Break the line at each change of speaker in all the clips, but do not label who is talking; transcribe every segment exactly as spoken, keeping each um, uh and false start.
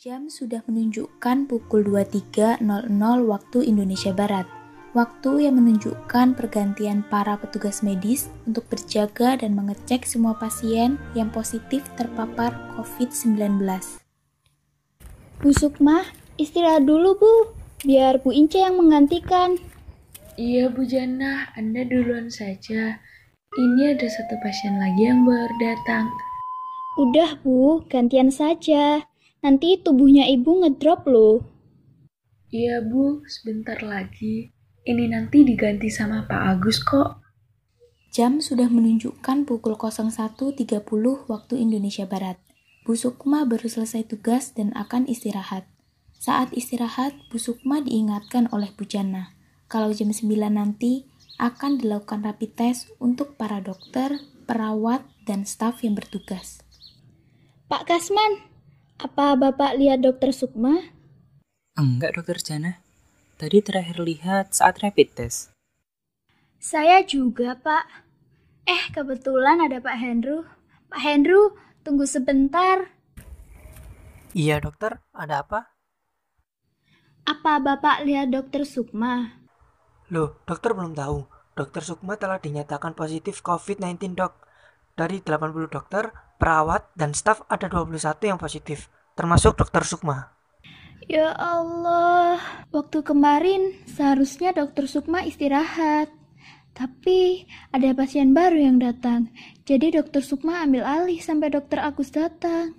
Jam sudah menunjukkan pukul dua puluh tiga nol nol waktu Indonesia Barat. Waktu yang menunjukkan pergantian para petugas medis untuk berjaga dan mengecek semua pasien yang positif terpapar covid sembilan belas.
Bu Sukma, istirahat dulu Bu, biar Bu Ince yang menggantikan.
Iya Bu Jannah, Anda duluan saja. Ini ada satu pasien lagi yang baru datang.
Udah Bu, gantian saja. Nanti tubuhnya Ibu ngedrop loh.
Iya Bu, sebentar lagi. Ini nanti diganti sama Pak Agus kok.
Jam sudah menunjukkan pukul nol satu tiga puluh waktu Indonesia Barat. Bu Sukma baru selesai tugas dan akan istirahat. Saat istirahat, Bu Sukma diingatkan oleh Bu Jannah kalau jam sembilan nanti akan dilakukan rapid test untuk para dokter, perawat, dan staf yang bertugas.
Pak Kasman, apa Bapak lihat Dokter Sukma?
Enggak, Dokter Jannah. Tadi terakhir lihat saat rapid test.
Saya juga, Pak. Eh, kebetulan ada Pak Hendru. Pak Hendru, tunggu sebentar.
Iya, Dokter. Ada apa?
Apa Bapak lihat Dokter Sukma?
Loh, dokter belum tahu. Dokter Sukma telah dinyatakan positif covid sembilan belas, Dok. Dari delapan puluh dokter, perawat, dan staf ada dua puluh satu yang positif, termasuk Dokter Sukma.
Ya Allah, waktu kemarin seharusnya Dokter Sukma istirahat. Tapi ada pasien baru yang datang, jadi Dokter Sukma ambil alih sampai Dokter Agus datang.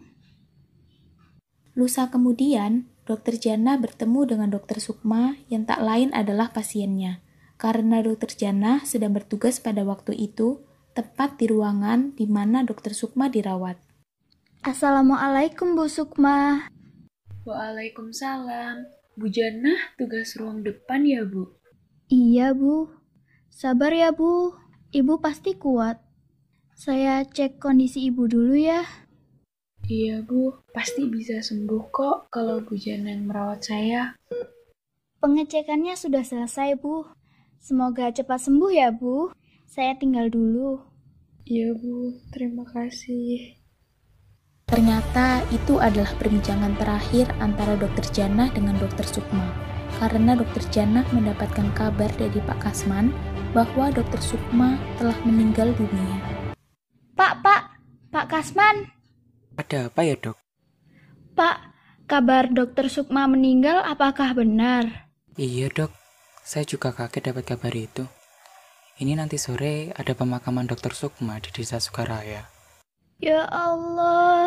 Lusa kemudian, Dokter Jannah bertemu dengan Dokter Sukma yang tak lain adalah pasiennya. Karena Dokter Jannah sedang bertugas pada waktu itu, tepat di ruangan di mana Dokter Sukma dirawat.
Assalamualaikum Bu Sukma.
Waalaikumsalam. Bu Jannah tugas ruang depan ya Bu?
Iya Bu. Sabar ya Bu. Ibu pasti kuat. Saya cek kondisi Ibu dulu ya.
Iya Bu, pasti bisa sembuh kok kalau Bu Jannah yang merawat saya.
Pengecekannya sudah selesai Bu. Semoga cepat sembuh ya Bu. Saya tinggal dulu.
Iya Bu, terima kasih.
Ternyata itu adalah perbincangan terakhir antara Dokter Jannah dengan Dokter Sukma. Karena Dokter Jannah mendapatkan kabar dari Pak Kasman bahwa Dokter Sukma telah meninggal dunia.
Pak, Pak, Pak Kasman.
Ada apa ya, Dok?
Pak, kabar Dokter Sukma meninggal apakah benar?
Iya, Dok. Saya juga kaget dapat kabar itu. Ini nanti sore ada pemakaman Dokter Sukma di Desa Sukaraya.
Ya Allah.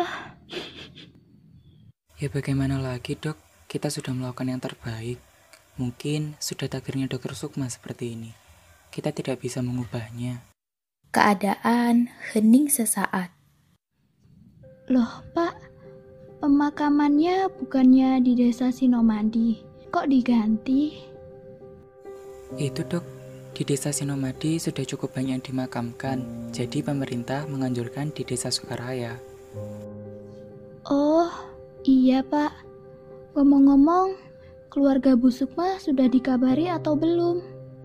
Ya bagaimana lagi, Dok? Kita sudah melakukan yang terbaik. Mungkin sudah takdirnya Dokter Sukma seperti ini. Kita tidak bisa mengubahnya.
Keadaan hening sesaat.
Loh Pak, pemakamannya bukannya di Desa Sinomadi. Kok diganti?
Itu, Dok. Di Desa Sinomadi sudah cukup banyak yang dimakamkan. Jadi pemerintah menganjurkan di Desa Sukaraya.
Oh, iya Pak. Ngomong-ngomong, keluarga Bu Sukma sudah dikabari atau belum?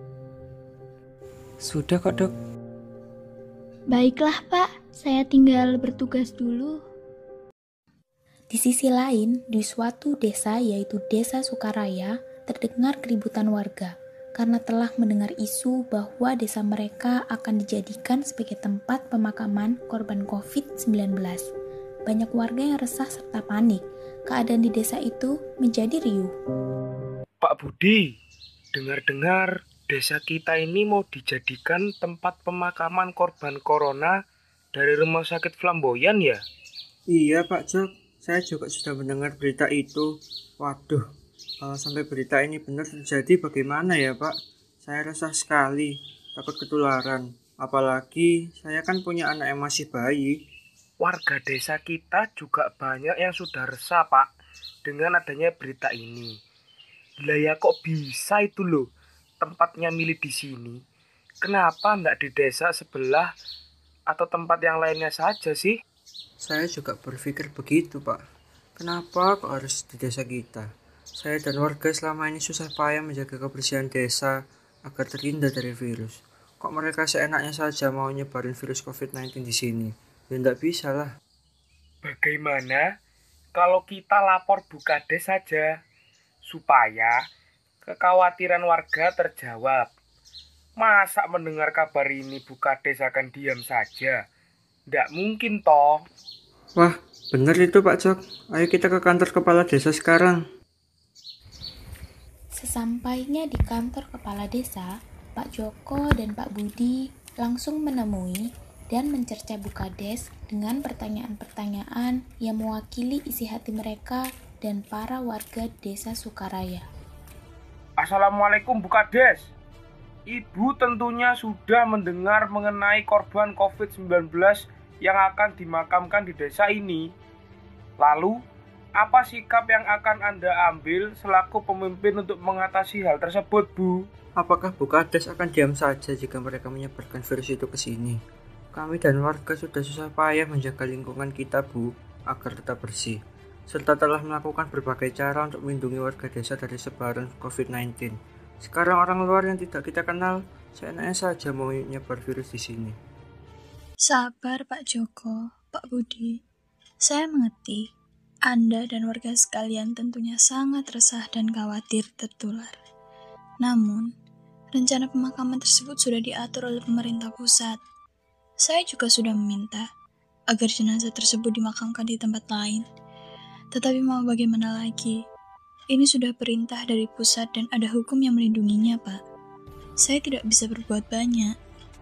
Sudah kok, Dok.
Baiklah Pak, saya tinggal bertugas dulu.
Di sisi lain, di suatu desa yaitu Desa Sukaraya, terdengar keributan warga karena telah mendengar isu bahwa desa mereka akan dijadikan sebagai tempat pemakaman korban covid sembilan belas. Banyak warga yang resah serta panik. Keadaan di desa itu menjadi riuh.
Pak Budi, dengar-dengar desa kita ini mau dijadikan tempat pemakaman korban corona dari rumah sakit Flamboyan ya?
Iya Pak Jok, saya juga sudah mendengar berita itu. Waduh, kalau sampai berita ini benar terjadi bagaimana ya Pak? Saya resah sekali, takut ketularan. Apalagi saya kan punya anak yang masih bayi.
Warga desa kita juga banyak yang sudah resah Pak dengan adanya berita ini. Lah ya kok bisa itu loh tempatnya milih di sini? Kenapa enggak di desa sebelah atau tempat yang lainnya saja sih?
Saya juga berpikir begitu Pak. Kenapa kok harus di desa kita? Saya dan warga selama ini susah payah menjaga kebersihan desa agar terhindar dari virus. Kok mereka seenaknya saja mau nyebarin virus covid sembilan belas di sini? Ya enggak bisa lah.
Bagaimana kalau kita lapor Bu Kades saja, supaya kekhawatiran warga terjawab. Masa mendengar kabar ini Bu Kades akan diam saja? Nggak mungkin toh.
Wah, bener itu Pak Jok. Ayo kita ke kantor kepala desa sekarang.
Sesampainya di kantor kepala desa, Pak Joko dan Pak Budi langsung menemui dan mencerca Bu Kades dengan pertanyaan-pertanyaan yang mewakili isi hati mereka dan para warga desa Sukaraya.
Assalamualaikum Bu Kades. Ibu tentunya sudah mendengar mengenai korban covid sembilan belas yang akan dimakamkan di desa ini. Lalu, apa sikap yang akan Anda ambil selaku pemimpin untuk mengatasi hal tersebut, Bu?
Apakah Bu Kades akan diam saja jika mereka menyebarkan virus itu ke sini? Kami dan warga sudah susah payah menjaga lingkungan kita, Bu, agar tetap bersih, serta telah melakukan berbagai cara untuk melindungi warga desa dari sebaran covid sembilan belas. Sekarang orang luar yang tidak kita kenal, seenaknya saja mau nyebar virus di sini.
Sabar Pak Joko, Pak Budi. Saya mengerti, Anda dan warga sekalian tentunya sangat resah dan khawatir tertular. Namun, rencana pemakaman tersebut sudah diatur oleh pemerintah pusat. Saya juga sudah meminta agar jenazah tersebut dimakamkan di tempat lain. Tetapi mau bagaimana lagi? Ini sudah perintah dari pusat dan ada hukum yang melindunginya, Pak. Saya tidak bisa berbuat banyak.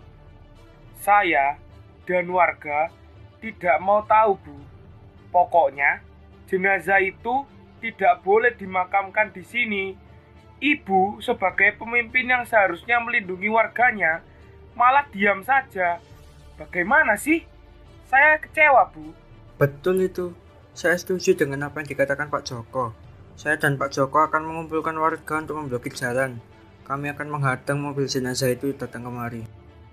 Saya dan warga tidak mau tahu, Bu. Pokoknya, jenazah itu tidak boleh dimakamkan di sini. Ibu sebagai pemimpin yang seharusnya melindungi warganya, malah diam saja. Bagaimana sih? Saya kecewa, Bu.
Betul itu. Saya setuju dengan apa yang dikatakan Pak Joko. Saya dan Pak Joko akan mengumpulkan warga untuk memblokir jalan. Kami akan menghadang mobil jenazah itu datang kemari.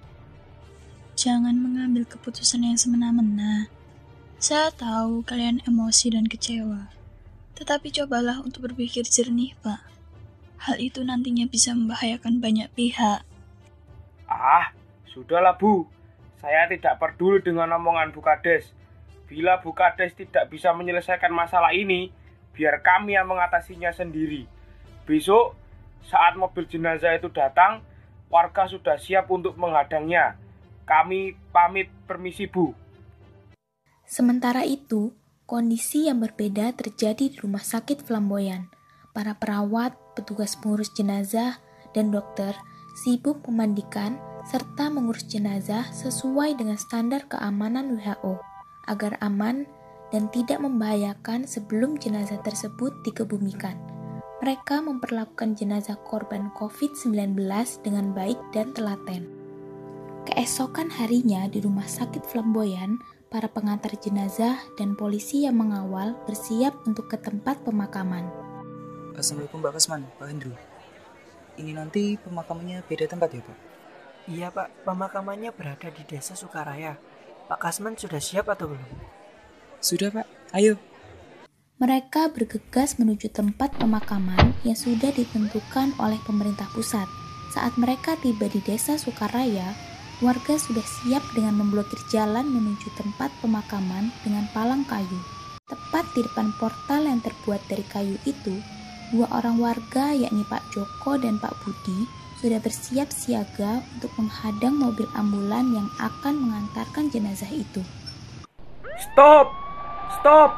Jangan mengambil keputusan yang semena-mena. Saya tahu kalian emosi dan kecewa. Tetapi cobalah untuk berpikir jernih, Pak. Hal itu nantinya bisa membahayakan banyak pihak.
Ah, sudahlah, Bu. Saya tidak peduli dengan omongan Bu Kades. Bila Bu Kades tidak bisa menyelesaikan masalah ini, biar kami yang mengatasinya sendiri. Besok, saat mobil jenazah itu datang, warga sudah siap untuk menghadangnya. Kami pamit permisi, Bu.
Sementara itu, kondisi yang berbeda terjadi di rumah sakit Flamboyan. Para perawat, petugas pengurus jenazah, dan dokter sibuk memandikan serta mengurus jenazah sesuai dengan standar keamanan W H O agar aman dan tidak membahayakan sebelum jenazah tersebut dikebumikan. Mereka memperlakukan jenazah korban covid sembilan belas dengan baik dan telaten. Keesokan harinya di rumah sakit Flamboyan, para pengantar jenazah dan polisi yang mengawal bersiap untuk ke tempat pemakaman.
Assalamualaikum Pak Kasman, Pak Hendru. Ini nanti pemakamannya beda tempat ya Pak?
Iya Pak, pemakamannya berada di desa Sukaraya. Pak Kasman sudah siap atau belum?
Sudah Pak, ayo.
Mereka bergegas menuju tempat pemakaman yang sudah ditentukan oleh pemerintah pusat. Saat mereka tiba di desa Sukaraya, warga sudah siap dengan memblokir jalan menuju tempat pemakaman dengan palang kayu. Tepat di depan portal yang terbuat dari kayu itu, dua orang warga yakni Pak Joko dan Pak Budi sudah bersiap siaga untuk menghadang mobil ambulan yang akan mengantarkan jenazah itu.
Stop! Stop!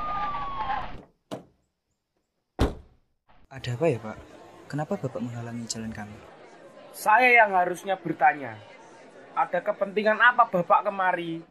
Ada apa ya Pak? Kenapa Bapak menghalangi jalan kami?
Saya yang harusnya bertanya. Ada kepentingan apa Bapak kemari?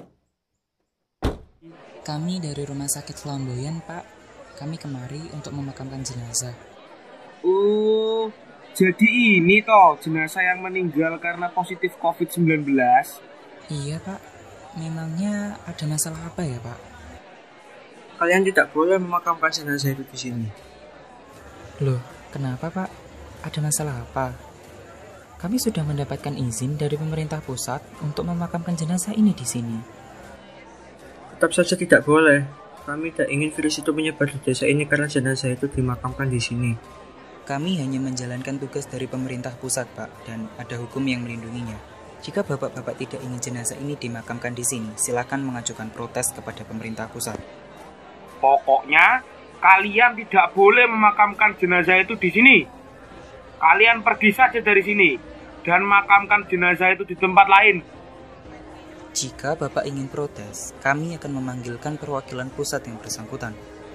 Kami dari rumah sakit Flamboyan Pak. Kami kemari untuk memakamkan jenazah.
Oh, jadi ini toh jenazah yang meninggal karena positif covid sembilan belas?
Iya Pak. Memangnya ada masalah apa ya Pak?
Kalian tidak boleh memakamkan jenazah itu di sini.
Loh, kenapa Pak? Ada masalah apa? Kami sudah mendapatkan izin dari pemerintah pusat untuk memakamkan jenazah ini di sini.
Tetap saja tidak boleh. Kami tidak ingin virus itu menyebar di desa ini karena jenazah itu dimakamkan di sini.
Kami hanya menjalankan tugas dari pemerintah pusat, Pak, dan ada hukum yang melindunginya. Jika bapak-bapak tidak ingin jenazah ini dimakamkan di sini, silakan mengajukan protes kepada pemerintah pusat.
Pokoknya kalian tidak boleh memakamkan jenazah itu di sini. Kalian pergi saja dari sini dan makamkan jenazah itu di tempat lain.
Jika Bapak ingin protes, kami akan memanggilkan perwakilan pusat yang bersangkutan.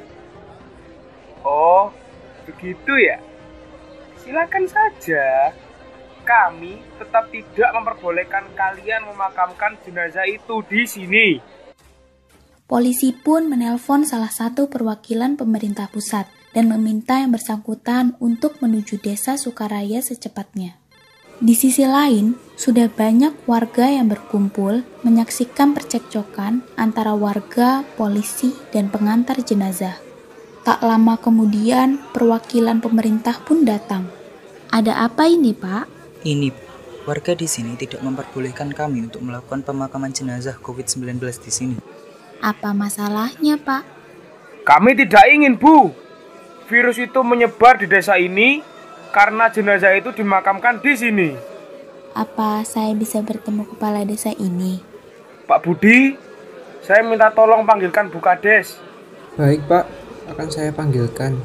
Oh, begitu ya? Silakan saja. Kami tetap tidak memperbolehkan kalian memakamkan jenazah itu di sini.
Polisi pun menelpon salah satu perwakilan pemerintah pusat dan meminta yang bersangkutan untuk menuju desa Sukaraya secepatnya. Di sisi lain, sudah banyak warga yang berkumpul menyaksikan percekcokan antara warga, polisi, dan pengantar jenazah. Tak lama kemudian, perwakilan pemerintah pun datang. Ada apa ini, Pak?
Ini, warga di sini tidak memperbolehkan kami untuk melakukan pemakaman jenazah covid sembilan belas di sini.
Apa masalahnya, Pak?
Kami tidak ingin, Bu. Virus itu menyebar di desa ini karena jenazah itu dimakamkan di sini.
Apa saya bisa bertemu kepala desa ini?
Pak Budi, saya minta tolong panggilkan Bu Kades.
Baik, Pak. Akan saya panggilkan.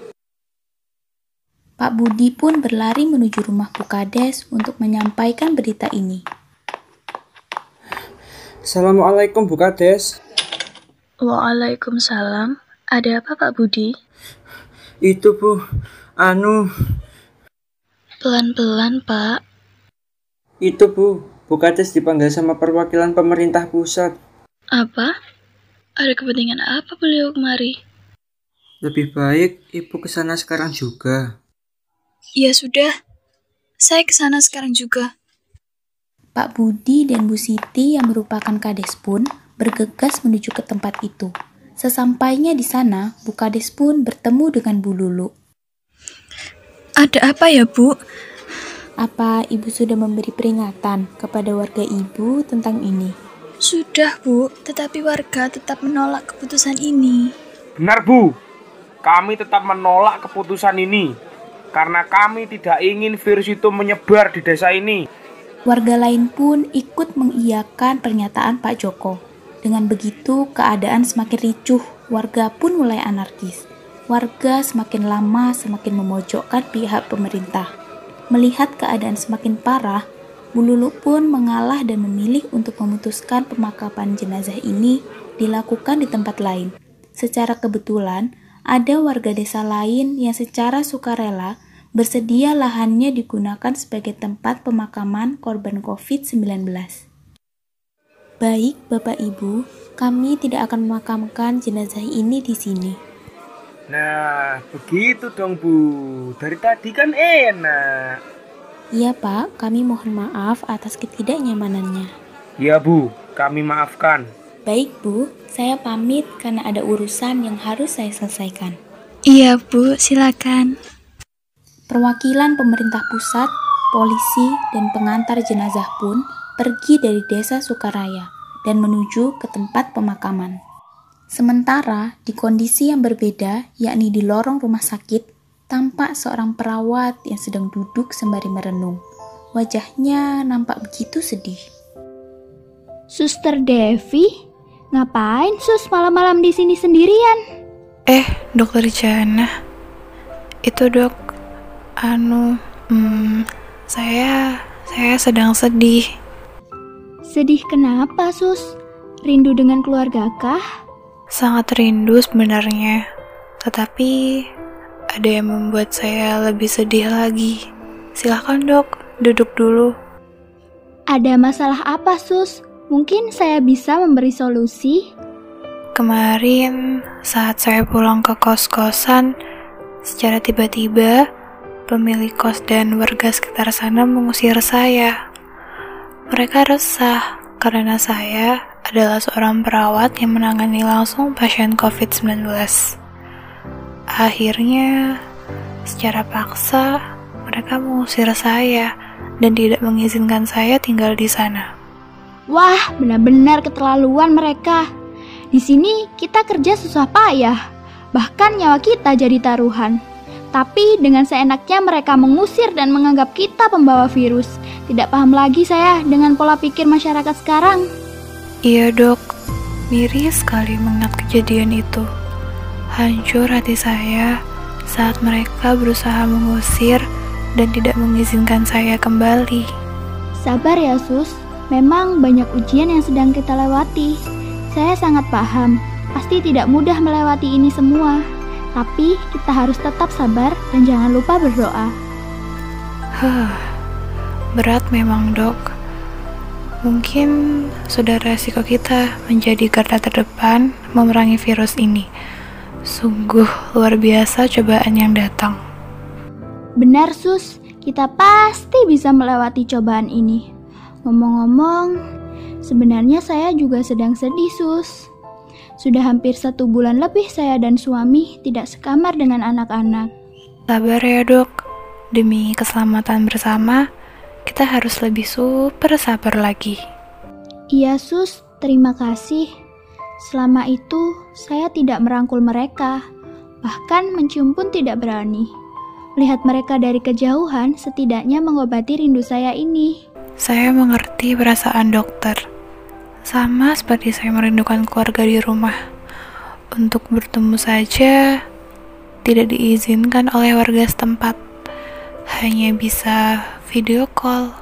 Pak Budi pun berlari menuju rumah Bu Kades untuk menyampaikan berita ini.
Assalamualaikum, Bu Kades.
Waalaikumsalam. Ada apa, Pak Budi?
Itu, Bu. Anu...
Pelan-pelan, Pak.
Itu, Bu. Bu Kades dipanggil sama perwakilan pemerintah pusat.
Apa? Ada kepentingan apa beliau kemari?
Lebih baik Ibu kesana sekarang juga.
Ya sudah. Saya kesana sekarang juga.
Pak Budi dan Bu Siti yang merupakan Kades pun bergegas menuju ke tempat itu. Sesampainya di sana, Bu Kades pun bertemu dengan Bu Lulu.
Ada apa ya, Bu?
Apa Ibu sudah memberi peringatan kepada warga Ibu tentang ini?
Sudah, Bu, tetapi warga tetap menolak keputusan ini.
Benar, Bu. Kami tetap menolak keputusan ini karena kami tidak ingin virus itu menyebar di desa ini.
Warga lain pun ikut mengiyakan pernyataan Pak Joko. Dengan begitu, keadaan semakin ricuh, warga pun mulai anarkis. Warga semakin lama semakin memojokkan pihak pemerintah. Melihat keadaan semakin parah, Bu Lulu pun mengalah dan memilih untuk memutuskan pemakaman jenazah ini dilakukan di tempat lain. Secara kebetulan, ada warga desa lain yang secara sukarela bersedia lahannya digunakan sebagai tempat pemakaman korban covid sembilan belas. Baik, Bapak Ibu, kami tidak akan memakamkan jenazah ini di sini.
Nah, begitu dong, Bu. Dari tadi kan enak.
Iya, Pak, kami mohon maaf atas ketidaknyamanannya.
Iya, Bu, kami maafkan.
Baik, Bu, saya pamit karena ada urusan yang harus saya selesaikan.
Iya, Bu, silakan.
Perwakilan pemerintah pusat, polisi, dan pengantar jenazah pun pergi dari desa Sukaraya dan menuju ke tempat pemakaman. Sementara di kondisi yang berbeda, yakni di lorong rumah sakit, tampak seorang perawat yang sedang duduk sembari merenung. Wajahnya nampak begitu sedih.
Suster Devi, ngapain sus malam-malam di sini sendirian?
Eh, Dokter Jana, itu dok, anu, hmm, saya, saya sedang sedih.
Sedih kenapa sus? Rindu dengan keluarga kah?
Sangat rindu sebenarnya, tetapi ada yang membuat saya lebih sedih lagi. Silahkan dok, duduk dulu.
Ada masalah apa sus? Mungkin saya bisa memberi solusi.
Kemarin saat saya pulang ke kos-kosan, secara tiba-tiba pemilik kos dan warga sekitar sana mengusir saya. Mereka resah karena saya adalah seorang perawat yang menangani langsung pasien covid sembilan belas. Akhirnya, secara paksa, mereka mengusir saya dan tidak mengizinkan saya tinggal di sana.
Wah, benar-benar keterlaluan mereka. Di sini kita kerja susah payah, bahkan nyawa kita jadi taruhan. Tapi dengan seenaknya mereka mengusir dan menganggap kita pembawa virus. Tidak paham lagi saya dengan pola pikir masyarakat sekarang.
Iya dok, miris sekali mengingat kejadian itu. Hancur hati saya saat mereka berusaha mengusir dan tidak mengizinkan saya kembali.
Sabar ya sus, memang banyak ujian yang sedang kita lewati. Saya sangat paham, pasti tidak mudah melewati ini semua. Tapi kita harus tetap sabar dan jangan lupa berdoa.
Huh, berat memang dok. Mungkin sudah resiko kita menjadi garda terdepan memerangi virus ini. Sungguh luar biasa cobaan yang datang.
Benar sus, kita pasti bisa melewati cobaan ini. Ngomong-ngomong, sebenarnya saya juga sedang sedih sus. Sudah hampir satu bulan lebih saya dan suami tidak sekamar dengan anak-anak.
Sabar ya dok, demi keselamatan bersama, kita harus lebih super sabar lagi.
Iya sus, terima kasih. Selama itu, saya tidak merangkul mereka, bahkan mencium pun tidak berani. Melihat mereka dari kejauhan, setidaknya mengobati rindu saya ini.
Saya mengerti perasaan dokter. Sama seperti saya merindukan keluarga di rumah. Untuk bertemu saja, tidak diizinkan oleh warga setempat. Hanya bisa video call.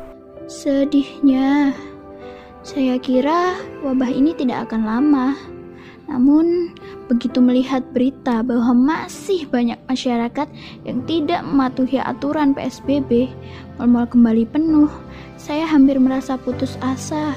Sedihnya, saya kira wabah ini tidak akan lama. Namun, begitu melihat berita bahwa masih banyak masyarakat yang tidak mematuhi aturan P S B B, mal-mal kembali penuh, saya hampir merasa putus asa.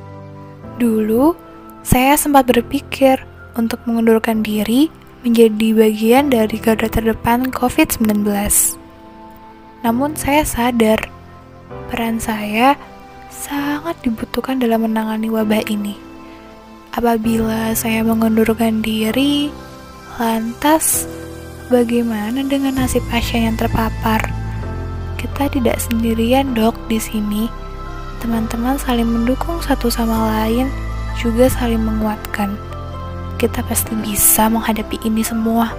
Dulu, saya sempat berpikir untuk mengundurkan diri menjadi bagian dari garda terdepan covid sembilan belas. Namun saya sadar, peran saya sangat dibutuhkan dalam menangani wabah ini. Apabila saya mengundurkan diri, lantas bagaimana dengan nasib pasien yang terpapar? Kita tidak sendirian dok di sini. Teman-teman saling mendukung satu sama lain, juga saling menguatkan. Kita pasti bisa menghadapi ini semua.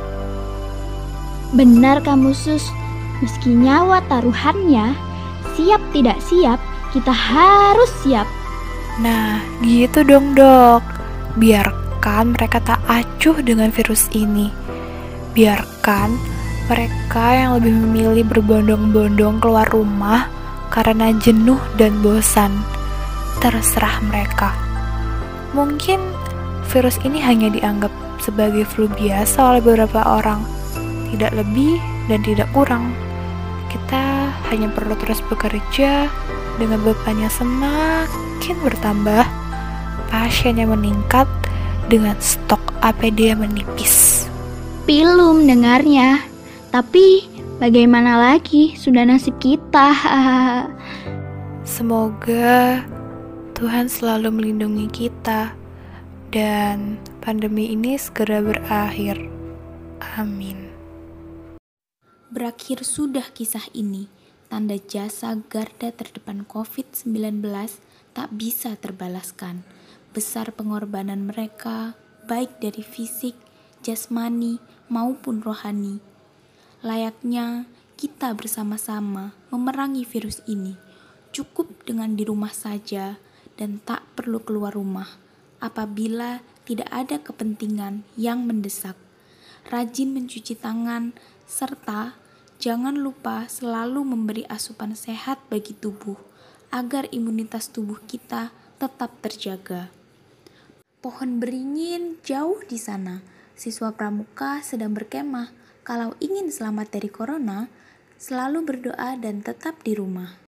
Benar kamu sus, meski nyawa taruhannya, siap tidak siap, kita harus siap.
Nah, gitu dong dok. Biarkan mereka tak acuh dengan virus ini. Biarkan mereka yang lebih memilih berbondong-bondong keluar rumah karena jenuh dan bosan. Terserah mereka. Mungkin virus ini hanya dianggap sebagai flu biasa oleh beberapa orang. Tidak lebih dan tidak kurang. Kita hanya perlu terus bekerja dengan bebannya semakin bertambah, pasien yang meningkat dengan stok A P D yang menipis.
Pilu mendengarnya, tapi bagaimana lagi, sudah nasib kita.
Semoga Tuhan selalu melindungi kita dan pandemi ini segera berakhir. Amin.
Berakhir sudah kisah ini. Tanda jasa garda terdepan covid sembilan belas tak bisa terbalaskan. Besar pengorbanan mereka, baik dari fisik, jasmani, maupun rohani. Layaknya kita bersama-sama memerangi virus ini. Cukup dengan di rumah saja dan tak perlu keluar rumah apabila tidak ada kepentingan yang mendesak. Rajin mencuci tangan, serta jangan lupa selalu memberi asupan sehat bagi tubuh agar imunitas tubuh kita tetap terjaga. Pohon beringin jauh di sana. Siswa pramuka sedang berkemah. Kalau ingin selamat dari corona, selalu berdoa dan tetap di rumah.